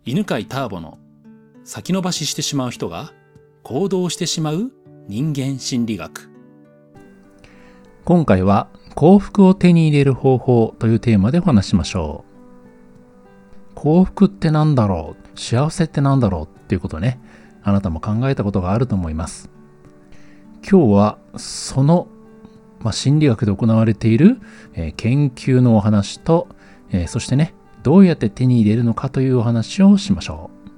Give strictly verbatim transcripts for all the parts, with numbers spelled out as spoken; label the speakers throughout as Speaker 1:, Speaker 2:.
Speaker 1: 犬飼ターボの先延ばししてしまう人が行動してしまう人間心理学。
Speaker 2: 今回は幸福を手に入れる方法というテーマでお話しましょう。幸福ってなんだろう、幸せってなんだろうっていうことをね、あなたも考えたことがあると思います。今日はその、まあ、心理学で行われている、えー、研究のお話と、えー、そしてね、どうやって手に入れるのかというお話をしましょう。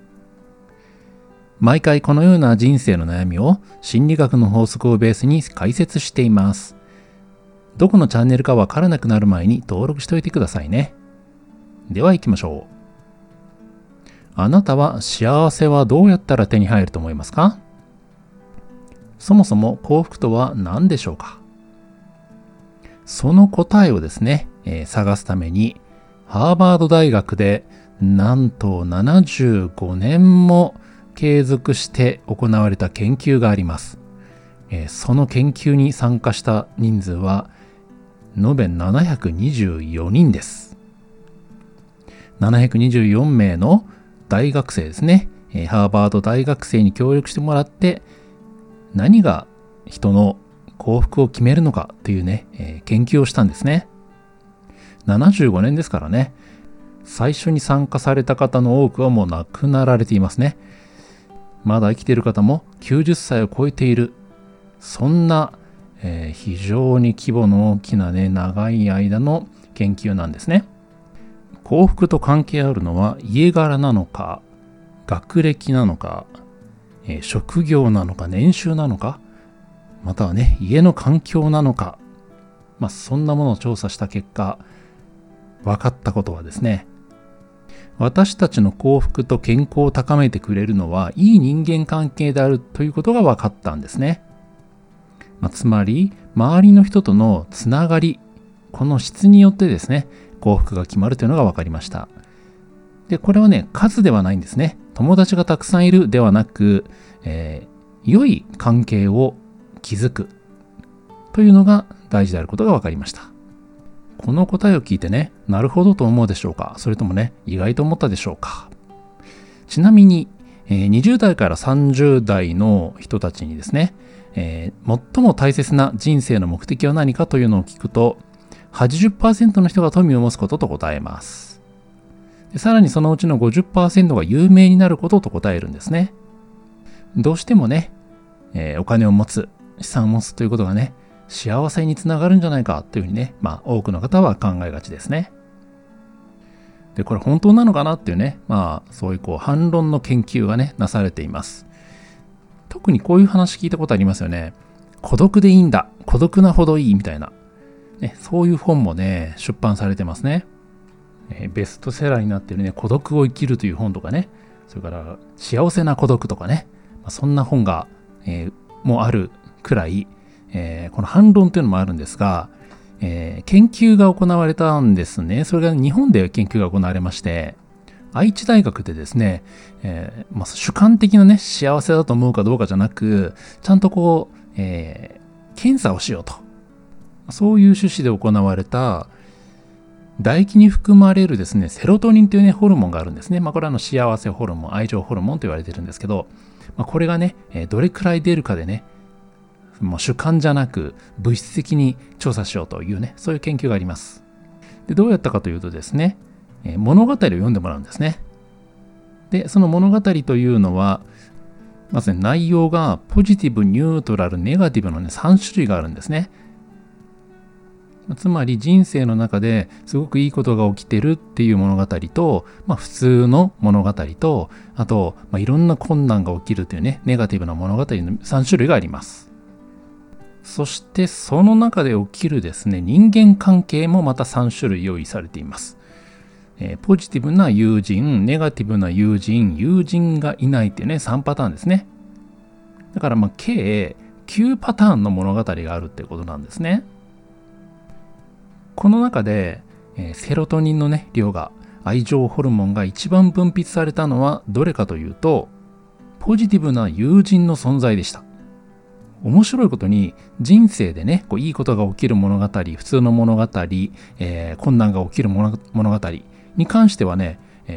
Speaker 2: 毎回このような人生の悩みを心理学の法則をベースに解説しています。どこのチャンネルかわからなくなる前に登録しておいてくださいね。では行きましょう。あなたは幸せはどうやったら手に入ると思いますか？そもそも幸福とは何でしょうか？その答えをですね、えー、探すためにハーバード大学でなんとななじゅうごねんも継続して行われた研究があります。えー、その研究に参加した人数は延べななひゃくにじゅうよにんです。ななひゃくにじゅうよんめいの大学生ですね、えー、ハーバード大学生に協力してもらって、何が人の幸福を決めるのかというね、えー、研究をしたんですね。ななじゅうごねんですからね、最初に参加された方の多くはもう亡くなられていますね。まだ生きている方もきゅうじゅっさいを超えている。そんな、えー、非常に規模の大きなね、長い間の研究なんですね。幸福と関係あるのは家柄なのか、学歴なのか、えー、職業なのか、年収なのか、またはね、家の環境なのか、まあそんなものを調査した結果、分かったことはですね、私たちの幸福と健康を高めてくれるのはいい人間関係であるということが分かったんですね。まあ、つまり周りの人とのつながり、この質によってですね、幸福が決まるというのが分かりました。で、これはね、数ではないんですね。友達がたくさんいるではなく、えー、良い関係を築くというのが大事であることが分かりました。この答えを聞いてね、なるほどと思うでしょうか？それともね、意外と思ったでしょうか？ちなみに、えー、にじゅうだいからさんじゅうだいの人たちにですね、えー、最も大切な人生の目的は何かというのを聞くと、はちじゅっパーセント の人が富を持つことと答えます。でさらにそのうちの ごじゅっパーセント が有名になることと答えるんですね。どうしてもね、えー、お金を持つ、資産を持つということがね、幸せにつながるんじゃないかというふうにね、まあ多くの方は考えがちですね。で、これ本当なのかなっていうね、まあそういうこう反論の研究がね、なされています。特にこういう話聞いたことありますよね。孤独でいいんだ、孤独なほどいいみたいな、ね、そういう本もね、出版されてますね。えー、ベストセラーになっているね、孤独を生きるという本とかね、それから幸せな孤独とかね、まあ、そんな本が、えー、もうあるくらい、えー、この反論というのもあるんですが、えー、研究が行われたんですね。それが日本で研究が行われまして、愛知大学でですね、えーまあ、主観的なね、幸せだと思うかどうかじゃなく、ちゃんとこう、えー、検査をしようと。そういう趣旨で行われた、唾液に含まれるですね、セロトニンというね、ホルモンがあるんですね。まあ、これはあの幸せホルモン、愛情ホルモンと言われてるんですけど、まあ、これがね、どれくらい出るかでね、もう主観じゃなく物質的に調査しようというね、そういう研究があります。で、どうやったかというとですね、えー、物語を読んでもらうんですね。で、その物語というのは、まずね、内容がポジティブ、ニュートラル、ネガティブのね、さんしゅるいがあるんですね。つまり人生の中ですごくいいことが起きてるっていう物語と、まあ、普通の物語と、あと、まあ、いろんな困難が起きるというね、ネガティブな物語のさんしゅるいがあります。そしてその中で起きるですね、人間関係もまたさんしゅるい用意されています。えー、ポジティブな友人、ネガティブな友人、友人がいないっていうね、さんパターンですね。だからまあ計きゅうパターンの物語があるってことなんですね。この中で、えー、セロトニンのね、量が、愛情ホルモンが一番分泌されたのはどれかというと、ポジティブな友人の存在でした。面白いことに人生でね、こういいことが起きる物語、普通の物語、えー、困難が起きる物語に関してはね、えー、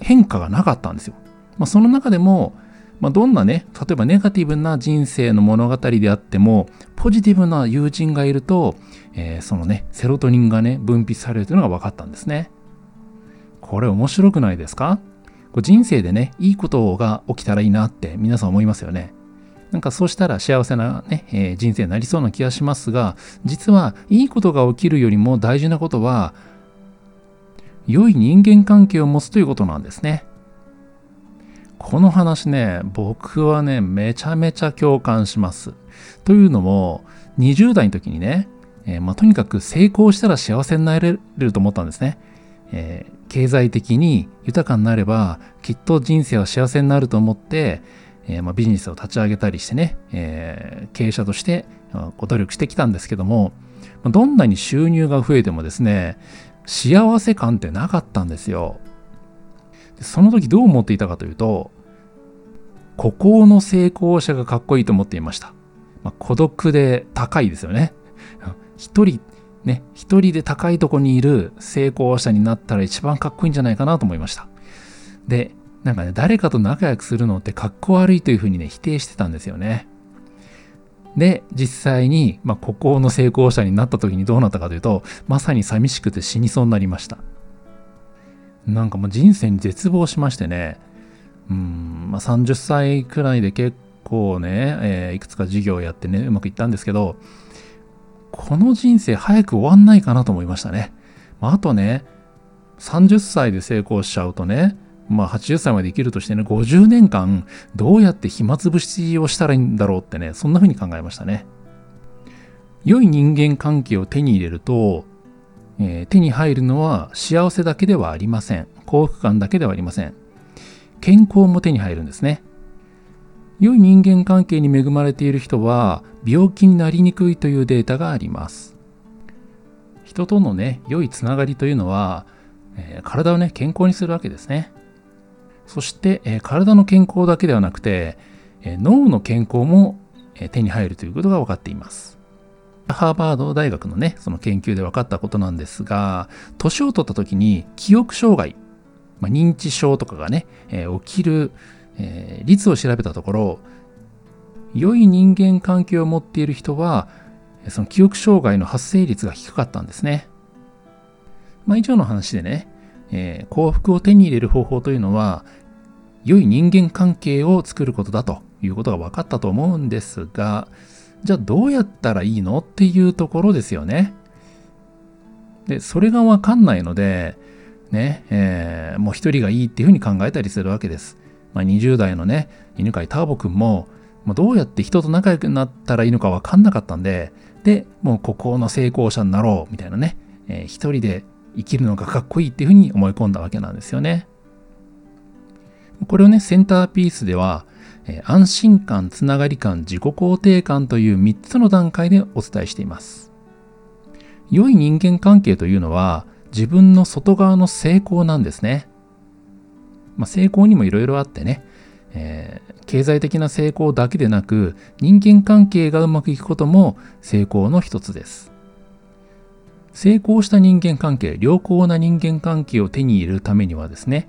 Speaker 2: 変化がなかったんですよ。まあ、その中でも、まあ、どんなね、例えばネガティブな人生の物語であっても、ポジティブな友人がいると、えー、そのね、セロトニンがね、分泌されるというのが分かったんですね。これ面白くないですか？こう人生でね、いいことが起きたらいいなって皆さん思いますよね。なんかそうしたら幸せなね、えー、人生になりそうな気がしますが、実はいいことが起きるよりも大事なことは、良い人間関係を持つということなんですね。この話ね、僕はね、めちゃめちゃ共感します。というのも、にじゅう代の時にね、えーまあ、とにかく成功したら幸せになれると思ったんですね。えー、経済的に豊かになれば、きっと人生は幸せになると思って、えーまあ、ビジネスを立ち上げたりしてね、えー、経営者としてご努力してきたんですけども、どんなに収入が増えてもですね、幸せ感ってなかったんですよ。その時どう思っていたかというと、孤高の成功者がかっこいいと思っていました。まあ、孤独で高いですよね。一人ね、一人で高いところにいる成功者になったら一番かっこいいんじゃないかなと思いました。で、なんかね、誰かと仲良くするのってかっこ悪いというふうにね、否定してたんですよね。で、実際に、まあ、孤高の成功者になった時にどうなったかというと、まさに寂しくて死にそうになりました。なんかもう人生に絶望しましてね、うーん、まあ、さんじゅっさいくらいで結構ね、えー、いくつか事業をやってね、うまくいったんですけど、この人生早く終わんないかなと思いましたね。まあ、あとね、さんじゅっさいで成功しちゃうとね、まあはちじゅっさいまで生きるとしてね、ごじゅうねんかんどうやって暇つぶしをしたらいいんだろうってね、そんな風に考えましたね。良い人間関係を手に入れると、えー、手に入るのは幸せだけではありません。幸福感だけではありません。健康も手に入るんですね。良い人間関係に恵まれている人は病気になりにくいというデータがあります。人とのね、良いつながりというのは、えー、体をね、健康にするわけですね。そして、えー、体の健康だけではなくて、えー、脳の健康も、えー、手に入るということが分かっています。ハーバード大学のね、その研究で分かったことなんですが、年を取った時に記憶障害、まあ、認知症とかがね、えー、起きる、えー、率を調べたところ、良い人間関係を持っている人は、その記憶障害の発生率が低かったんですね。まあ、以上の話でね、えー、幸福を手に入れる方法というのは、良い人間関係を作ることだということが分かったと思うんですが、じゃあどうやったらいいのっていうところですよね。で、それが分かんないので、ね、えー、もう一人がいいっていうふうに考えたりするわけです。まあ、にじゅう代のね、犬飼ターボくんも、まあ、どうやって人と仲良くなったらいいのか分かんなかったんで、で、もう孤高の成功者になろうみたいなね、えー、一人で生きるのがかっこいいっていうふうに思い込んだわけなんですよね。これをね、センターピースでは、えー、安心感、つながり感、自己肯定感というみっつの段階でお伝えしています。良い人間関係というのは、自分の外側の成功なんですね。まあ、成功にもいろいろあってね、えー、経済的な成功だけでなく、人間関係がうまくいくことも成功の一つです。成功した人間関係、良好な人間関係を手に入れるためにはですね、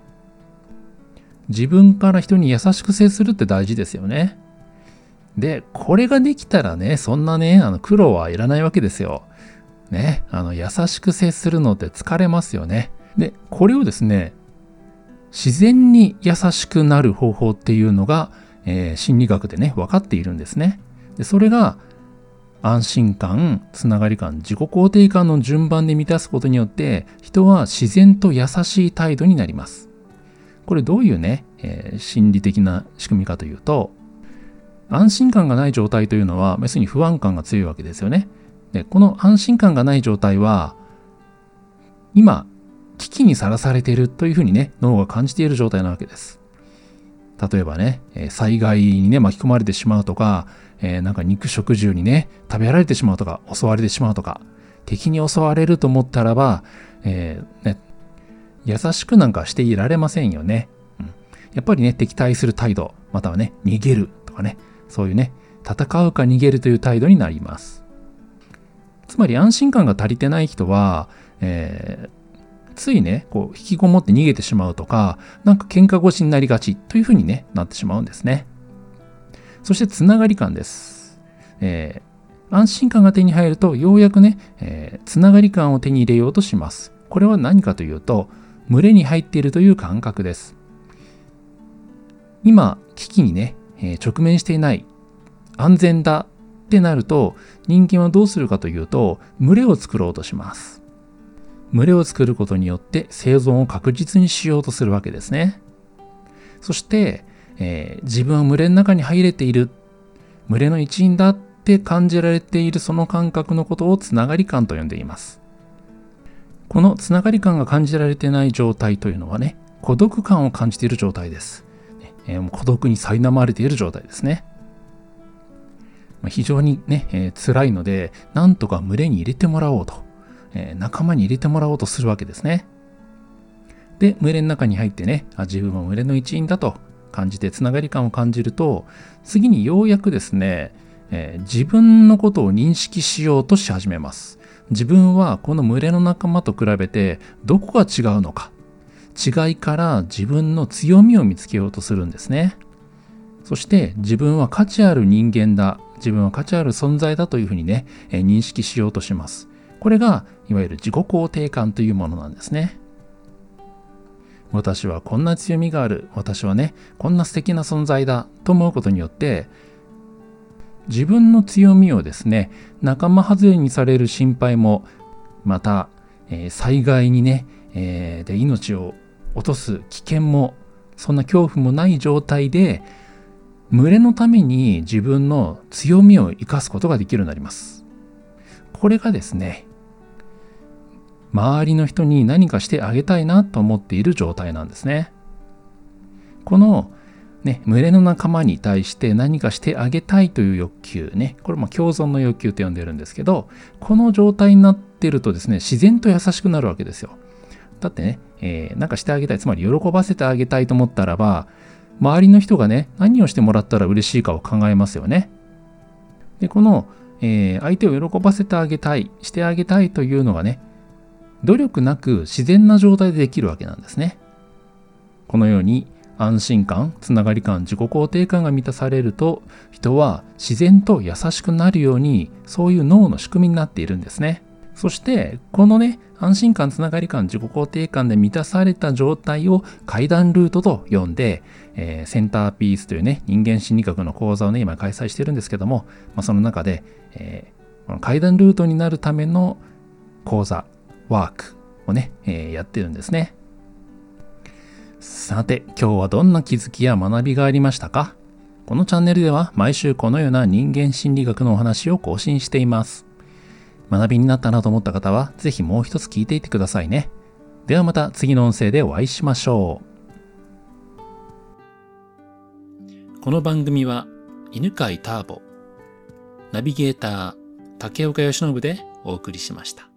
Speaker 2: 自分から人に優しく接するって大事ですよね。で、これができたらね、そんなね、あの苦労はいらないわけですよ。ね、あの優しく接するのって疲れますよね。で、これをですね、自然に優しくなる方法っていうのが、えー、心理学でね、分かっているんですね。で、それが安心感、つながり感、自己肯定感の順番で満たすことによって、人は自然と優しい態度になります。これどういうね、えー、心理的な仕組みかというと、安心感がない状態というのは、要するに不安感が強いわけですよね。で、この安心感がない状態は、今、危機にさらされているというふうにね、脳が感じている状態なわけです。例えばね、災害にね、巻き込まれてしまうとか、えー、なんか肉食獣にね、食べられてしまうとか、襲われてしまうとか、敵に襲われると思ったらば、えーね、優しくなんかしていられませんよね、うん。やっぱりね、敵対する態度、またはね、逃げるとかね、そういうね、戦うか逃げるという態度になります。つまり安心感が足りてない人は、えー、 ついね、こう引きこもって逃げてしまうとか、なんか喧嘩腰になりがちというふうに、ね、なってしまうんですね。そしてつながり感です。えー、安心感が手に入ると、ようやくね、えー、つながり感を手に入れようとします。これは何かというと、群れに入っているという感覚です。今、危機にね、えー、直面していない、安全だってなると、人間はどうするかというと、群れを作ろうとします。群れを作ることによって生存を確実にしようとするわけですね。そして、えー、自分は群れの中に入れている、群れの一員だって感じられているその感覚のことをつながり感と呼んでいます。このつながり感が感じられていない状態というのはね、孤独感を感じている状態です。えー、孤独に苛まれている状態ですね。非常にね、えー、辛いので、なんとか群れに入れてもらおうと、えー、仲間に入れてもらおうとするわけですね。で、群れの中に入ってね、あ、自分は群れの一員だと感じてつながり感を感じると、次にようやくですね、えー、自分のことを認識しようとし始めます。自分はこの群れの仲間と比べてどこが違うのか、違いから自分の強みを見つけようとするんですね。そして自分は価値ある人間だ、自分は価値ある存在だというふうにね、えー、認識しようとします。これがいわゆる自己肯定感というものなんですね。私はこんな強みがある、私はね、こんな素敵な存在だと思うことによって、自分の強みをですね、仲間外れにされる心配も、また、えー、災害にね、えー、で命を落とす危険も、そんな恐怖もない状態で、群れのために自分の強みを生かすことができるようになります。これがですね、周りの人に何かしてあげたいなと思っている状態なんですね。このね、群れの仲間に対して何かしてあげたいという欲求ね、これも共存の欲求と呼んでるんですけど、この状態になっているとですね、自然と優しくなるわけですよ。だってね、えー、なんかしてあげたい、つまり喜ばせてあげたいと思ったらば、周りの人がね、何をしてもらったら嬉しいかを考えますよね。で、この、えー、相手を喜ばせてあげたい、してあげたいというのがね、努力なく自然な状態でできるわけなんですね。このように安心感、つながり感、自己肯定感が満たされると、人は自然と優しくなるように、そういう脳の仕組みになっているんですね。そして、このね、安心感、つながり感、自己肯定感で満たされた状態を階段ルートと呼んで、えー、センターピースというね、人間心理学の講座をね、今開催してるんですけども、まあ、その中で、えー、この階段ルートになるための講座、ワークをね、えー、やってるんですね。さて、今日はどんな気づきや学びがありましたか？このチャンネルでは毎週このような人間心理学のお話を更新しています。学びになったなと思った方は、ぜひもう一つ聞いていてくださいね。ではまた次の音声でお会いしましょ
Speaker 1: う。この番組は、犬飼ターボ、ナビゲーター、竹岡由伸でお送りしました。